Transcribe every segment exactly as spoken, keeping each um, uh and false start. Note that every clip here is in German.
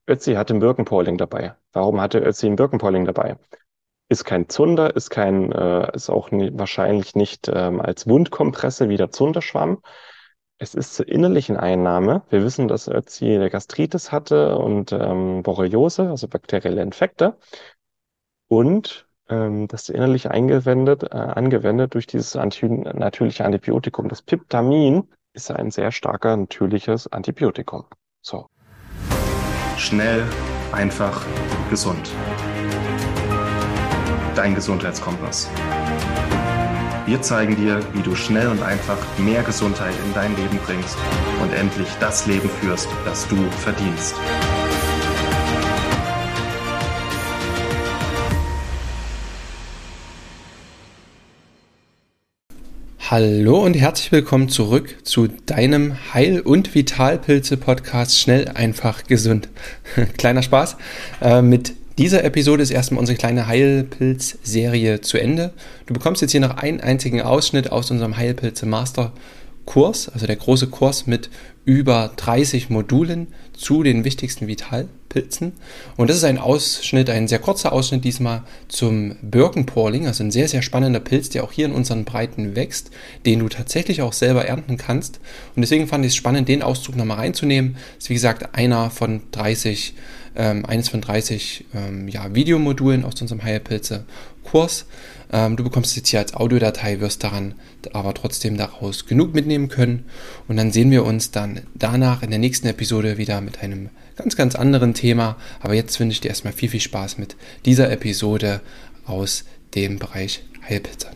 Ötzi hatte einen Birkenpolling dabei. Warum hatte Ötzi einen Birkenpolling dabei? Ist kein Zunder, ist kein, äh, ist auch nie, wahrscheinlich nicht ähm, als Wundkompresse wie der Zunderschwamm. Es ist zur innerlichen Einnahme. Wir wissen, dass Ötzi eine Gastritis hatte und ähm, Borreliose, also bakterielle Infekte. Und ähm, das ist innerlich eingewendet, äh, angewendet durch dieses anti natürliche Antibiotikum. Das Piptamin ist ein sehr starker natürliches Antibiotikum. So. Schnell, einfach, gesund. Dein Gesundheitskompass. Wir zeigen dir, wie du schnell und einfach mehr Gesundheit in dein Leben bringst und endlich das Leben führst, das du verdienst. Hallo und herzlich willkommen zurück zu deinem Heil- und Vitalpilze-Podcast Schnell, einfach, gesund. Kleiner Spaß. Äh, mit dieser Episode ist erstmal unsere kleine Heilpilz-Serie zu Ende. Du bekommst jetzt hier noch einen einzigen Ausschnitt aus unserem Heilpilze-Master-Kurs, also der große Kurs mit über dreißig Modulen zu den wichtigsten Vitalpilzen. Und das ist ein Ausschnitt, ein sehr kurzer Ausschnitt diesmal zum Birkenpolling, also ein sehr, sehr spannender Pilz, der auch hier in unseren Breiten wächst, den du tatsächlich auch selber ernten kannst. Und deswegen fand ich es spannend, den Auszug nochmal reinzunehmen. Das ist wie gesagt einer von dreißig, ähm, eines von dreißig ähm, ja, Videomodulen aus unserem Heilpilze-Kurs. Ähm, du bekommst es jetzt hier als Audiodatei, wirst daran aber trotzdem daraus genug mitnehmen können. Und dann sehen wir uns dann danach in der nächsten Episode wieder mit einem ganz, ganz anderen Thema. Aber jetzt wünsche ich dir erstmal viel, viel Spaß mit dieser Episode aus dem Bereich Heilpilze.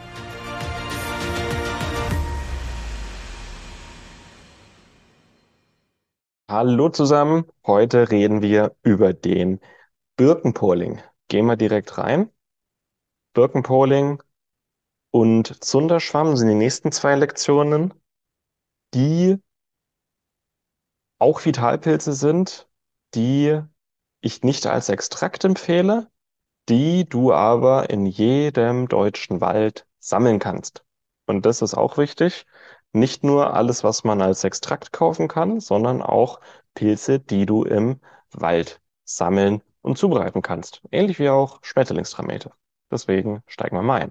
Hallo zusammen. Heute reden wir über den Birkenpolling. Gehen wir direkt rein. Birkenpolling und Zunderschwamm sind die nächsten zwei Lektionen, die auch Vitalpilze sind, die ich nicht als Extrakt empfehle, die du aber in jedem deutschen Wald sammeln kannst. Und das ist auch wichtig. Nicht nur alles, was man als Extrakt kaufen kann, sondern auch Pilze, die du im Wald sammeln und zubereiten kannst. Ähnlich wie auch Schmetterlingstramete. Deswegen steigen wir mal ein.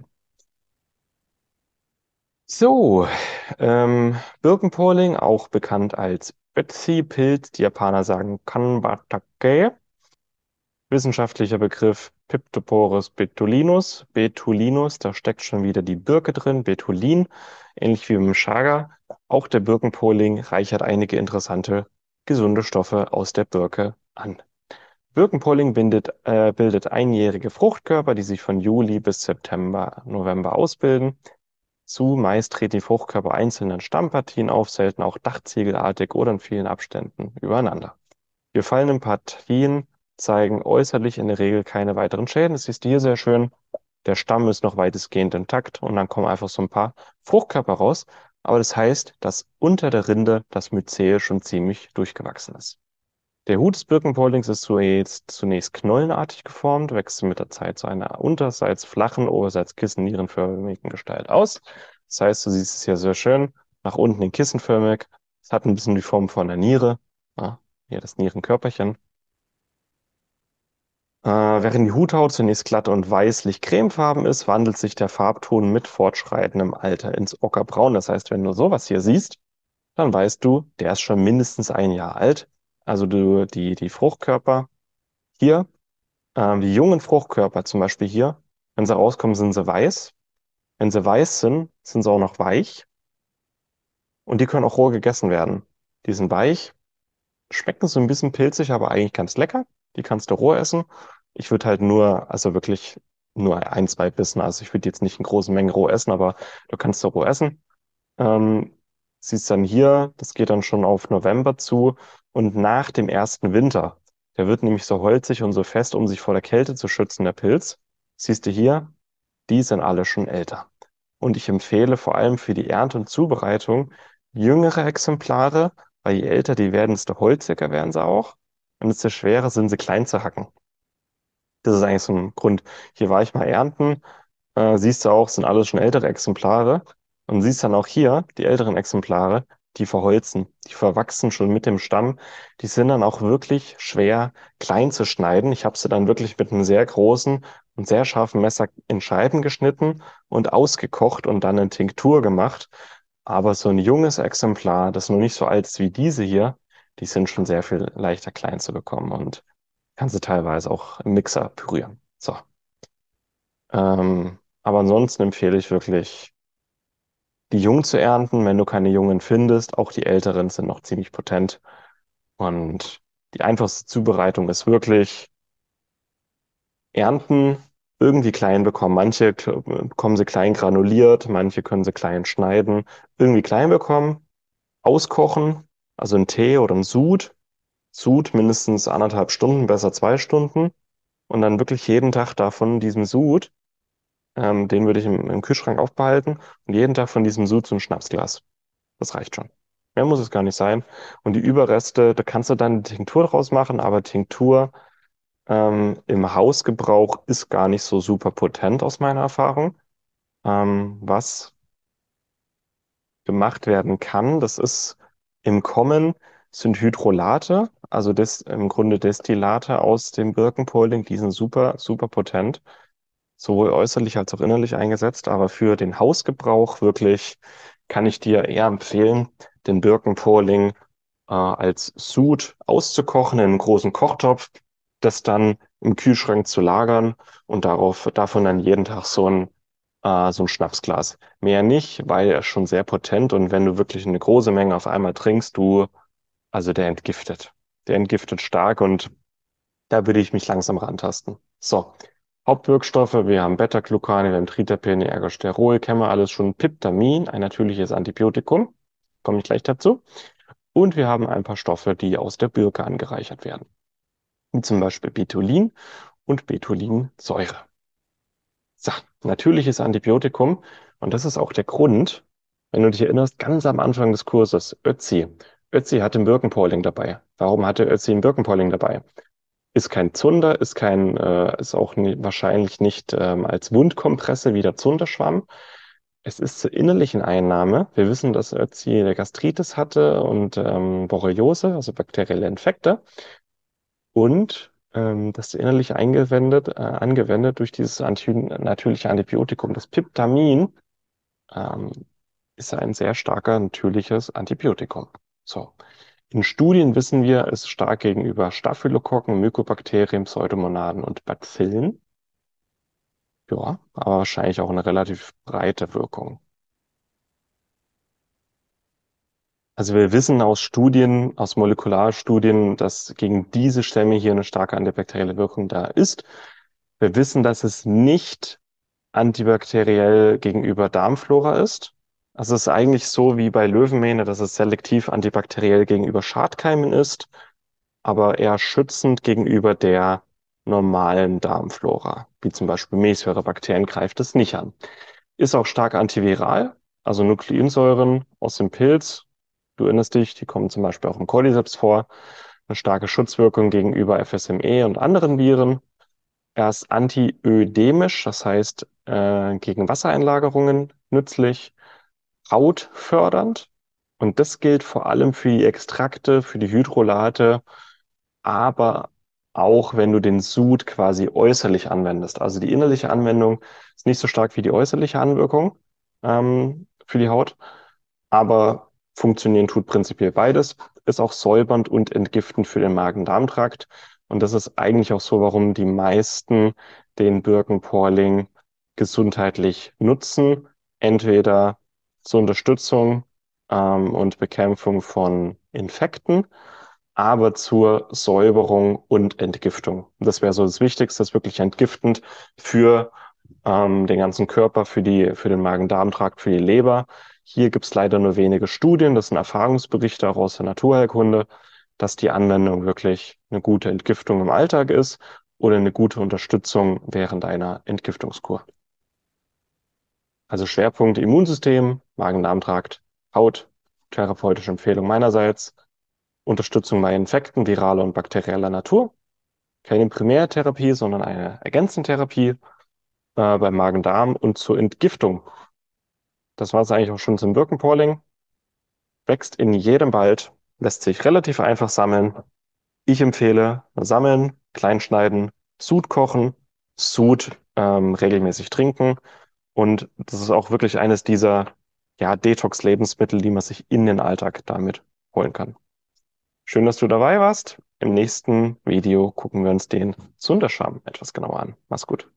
So, ähm, Birkenpolling, auch bekannt als Ötzi-Pilz, die Japaner sagen Kanbatake. Wissenschaftlicher Begriff Piptoporus betulinus. Betulinus, da steckt schon wieder die Birke drin, Betulin, ähnlich wie beim Chaga. Auch der Birkenpolling reichert einige interessante gesunde Stoffe aus der Birke an. Birkenpolling bindet, äh, bildet einjährige Fruchtkörper, die sich von Juli bis September, November ausbilden. Zumeist treten die Fruchtkörper einzeln in Stammpartien auf, selten auch dachziegelartig oder in vielen Abständen übereinander. Die gefallenen Partien zeigen äußerlich in der Regel keine weiteren Schäden. Das siehst du hier sehr schön. Der Stamm ist noch weitestgehend intakt und dann kommen einfach so ein paar Fruchtkörper raus. Aber das heißt, dass unter der Rinde das Myzel schon ziemlich durchgewachsen ist. Der Hut des Birkenpollings ist zunächst, zunächst knollenartig geformt, wächst mit der Zeit zu einer unterseits flachen, oberseits kissennierenförmigen Gestalt aus. Das heißt, du siehst es hier sehr schön, nach unten in kissenförmig. Es hat ein bisschen die Form von einer Niere. Ja, hier das Nierenkörperchen. Äh, während die Huthaut zunächst glatt und weißlich-cremefarben ist, wandelt sich der Farbton mit fortschreitendem Alter ins Ockerbraun. Das heißt, wenn du sowas hier siehst, dann weißt du, der ist schon mindestens ein Jahr alt. Also du, die, die Fruchtkörper hier, ähm, die jungen Fruchtkörper zum Beispiel hier, wenn sie rauskommen, sind sie weiß. Wenn sie weiß sind, sind sie auch noch weich und die können auch roh gegessen werden. Die sind weich, schmecken so ein bisschen pilzig, aber eigentlich ganz lecker. Die kannst du roh essen. Ich würde halt nur, also wirklich nur ein, zwei Bissen. Also ich würde jetzt nicht in großen Mengen roh essen, aber du kannst sie roh essen. Ähm, siehst dann hier, das geht dann schon auf November zu und nach dem ersten Winter. Der wird nämlich so holzig und so fest, um sich vor der Kälte zu schützen, der Pilz. Siehst du hier, die sind alle schon älter. Und ich empfehle vor allem für die Ernte und Zubereitung jüngere Exemplare, weil je älter die werden, desto holziger werden sie auch. Und desto schwerer sind sie klein zu hacken. Das ist eigentlich so ein Grund. Hier war ich mal ernten, äh, siehst du auch, sind alles schon ältere Exemplare. Und siehst dann auch hier, die älteren Exemplare, die verholzen, die verwachsen schon mit dem Stamm. Die sind dann auch wirklich schwer klein zu schneiden. Ich habe sie dann wirklich mit einem sehr großen und sehr scharfen Messer in Scheiben geschnitten und ausgekocht und dann in Tinktur gemacht. Aber so ein junges Exemplar, das noch nicht so alt ist wie diese hier, die sind schon sehr viel leichter klein zu bekommen und kannst du teilweise auch im Mixer pürieren. So. Ähm, aber ansonsten empfehle ich wirklich, die jung zu ernten, wenn du keine jungen findest. Auch die älteren sind noch ziemlich potent. Und die einfachste Zubereitung ist wirklich ernten, irgendwie klein bekommen. Manche k- bekommen sie klein granuliert, manche können sie klein schneiden. Irgendwie klein bekommen, auskochen, also einen Tee oder einen Sud. Sud mindestens anderthalb Stunden, besser zwei Stunden. Und dann wirklich jeden Tag davon diesem Sud, ähm, den würde ich im, im Kühlschrank aufbehalten und jeden Tag von diesem Sud so ein Schnapsglas. Das reicht schon. Mehr muss es gar nicht sein. Und die Überreste, da kannst du dann eine Tinktur draus machen, aber Tinktur ähm, im Hausgebrauch ist gar nicht so super potent aus meiner Erfahrung. Ähm, was gemacht werden kann, das ist im Kommen, sind Hydrolate, also das im Grunde Destillate aus dem Birkenpoling, die sind super, super potent, sowohl äußerlich als auch innerlich eingesetzt, aber für den Hausgebrauch wirklich kann ich dir eher empfehlen, den Birkenpoling äh, als Sud auszukochen in einem großen Kochtopf, das dann im Kühlschrank zu lagern und darauf, davon dann jeden Tag so ein, äh, so ein Schnapsglas. Mehr nicht, weil er ist schon sehr potent und wenn du wirklich eine große Menge auf einmal trinkst, du, also der entgiftet. Der entgiftet stark und da würde ich mich langsam rantasten. So. Hauptwirkstoffe, wir haben Beta-Glucane, wir haben Triterpen, Ergosterol, kennen wir alles schon. Piptamin, ein natürliches Antibiotikum, komme ich gleich dazu. Und wir haben ein paar Stoffe, die aus der Birke angereichert werden, wie zum Beispiel Betulin und Betulinsäure. So, natürliches Antibiotikum. Und das ist auch der Grund, wenn du dich erinnerst, ganz am Anfang des Kurses, Ötzi. Ötzi hatte einen Birkenpolling dabei. Warum hatte Ötzi einen Birkenpolling dabei? Ist kein Zunder, ist kein, äh, ist auch nie, wahrscheinlich nicht ähm, als Wundkompresse wie der Zunderschwamm. Es ist zur innerlichen Einnahme. Wir wissen, dass Ötzi eine Gastritis hatte und ähm, Borreliose, also bakterielle Infekte. Und ähm, das ist innerlich eingewendet, äh, angewendet durch dieses anti natürliche Antibiotikum. Das Piptamin ähm, ist ein sehr starker natürliches Antibiotikum. So. In Studien wissen wir, es ist stark gegenüber Staphylokokken, Mykobakterien, Pseudomonaden und Bazillen. Ja, aber wahrscheinlich auch eine relativ breite Wirkung. Also wir wissen aus Studien, aus Molekularstudien, dass gegen diese Stämme hier eine starke antibakterielle Wirkung da ist. Wir wissen, dass es nicht antibakteriell gegenüber Darmflora ist. Also es ist eigentlich so wie bei Löwenmähne, dass es selektiv antibakteriell gegenüber Schadkeimen ist, aber eher schützend gegenüber der normalen Darmflora, wie zum Beispiel Medsphäre-Bakterien greift es nicht an. Ist auch stark antiviral, also Nukleinsäuren aus dem Pilz. Du erinnerst dich, die kommen zum Beispiel auch im Cordyceps vor. Eine starke Schutzwirkung gegenüber F S M E und anderen Viren. Er ist antiödemisch, das heißt äh, gegen Wassereinlagerungen nützlich, hautfördernd. Und das gilt vor allem für die Extrakte, für die Hydrolate, aber auch wenn du den Sud quasi äußerlich anwendest. Also die innerliche Anwendung ist nicht so stark wie die äußerliche Anwirkung ähm, für die Haut, aber funktionieren tut prinzipiell beides. Ist auch säubernd und entgiftend für den Magen-Darm-Trakt. Und das ist eigentlich auch so, warum die meisten den Birkenporling gesundheitlich nutzen. Entweder zur Unterstützung ähm, und Bekämpfung von Infekten, aber zur Säuberung und Entgiftung. Das wäre so das Wichtigste, das ist wirklich entgiftend für ähm, den ganzen Körper, für die, für den Magen-Darm-Trakt, für die Leber. Hier gibt es leider nur wenige Studien, das sind Erfahrungsberichte auch aus der Naturheilkunde, dass die Anwendung wirklich eine gute Entgiftung im Alltag ist oder eine gute Unterstützung während einer Entgiftungskur. Also Schwerpunkt Immunsystem, Magen-Darm-Trakt, Haut, therapeutische Empfehlung meinerseits, Unterstützung bei Infekten viraler und bakterieller Natur, keine Primärtherapie, sondern eine ergänzende Therapie äh, beim Magen-Darm und zur Entgiftung. Das war es eigentlich auch schon zum Birkenpolling. wächst in jedem Wald, lässt sich relativ einfach sammeln. Ich empfehle sammeln, kleinschneiden, Sud kochen, Sud ähm, regelmäßig trinken. Und das ist auch wirklich eines dieser ja, Detox-Lebensmittel, die man sich in den Alltag damit holen kann. Schön, dass du dabei warst. Im nächsten Video gucken wir uns den Sundersham etwas genauer an. Mach's gut.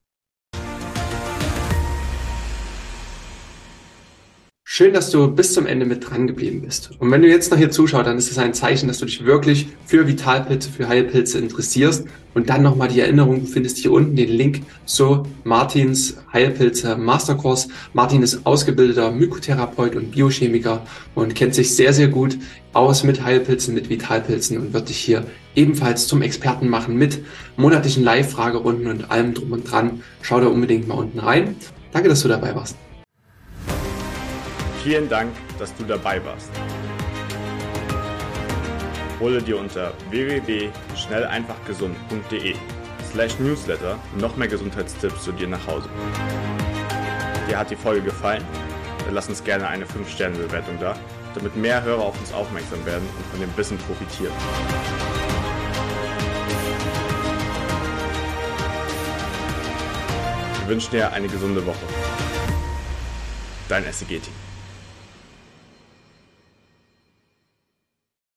Schön, dass du bis zum Ende mit dran geblieben bist. Und wenn du jetzt noch hier zuschaust, dann ist es ein Zeichen, dass du dich wirklich für Vitalpilze, für Heilpilze interessierst. Und dann nochmal die Erinnerung, du findest hier unten den Link zu Martins Heilpilze Masterkurs. Martin ist ausgebildeter Mykotherapeut und Biochemiker und kennt sich sehr, sehr gut aus mit Heilpilzen, mit Vitalpilzen und wird dich hier ebenfalls zum Experten machen mit monatlichen Live-Fragerunden und allem drum und dran. Schau da unbedingt mal unten rein. Danke, dass du dabei warst. Vielen Dank, dass du dabei warst. Hole dir unter w w w punkt schnell einfach gesund punkt de slash newsletter noch mehr Gesundheitstipps zu dir nach Hause. Dir hat die Folge gefallen? Dann lass uns gerne eine fünf Sterne Bewertung da, damit mehr Hörer auf uns aufmerksam werden und von dem Wissen profitieren. Wir wünschen dir eine gesunde Woche. Dein S C G-Team.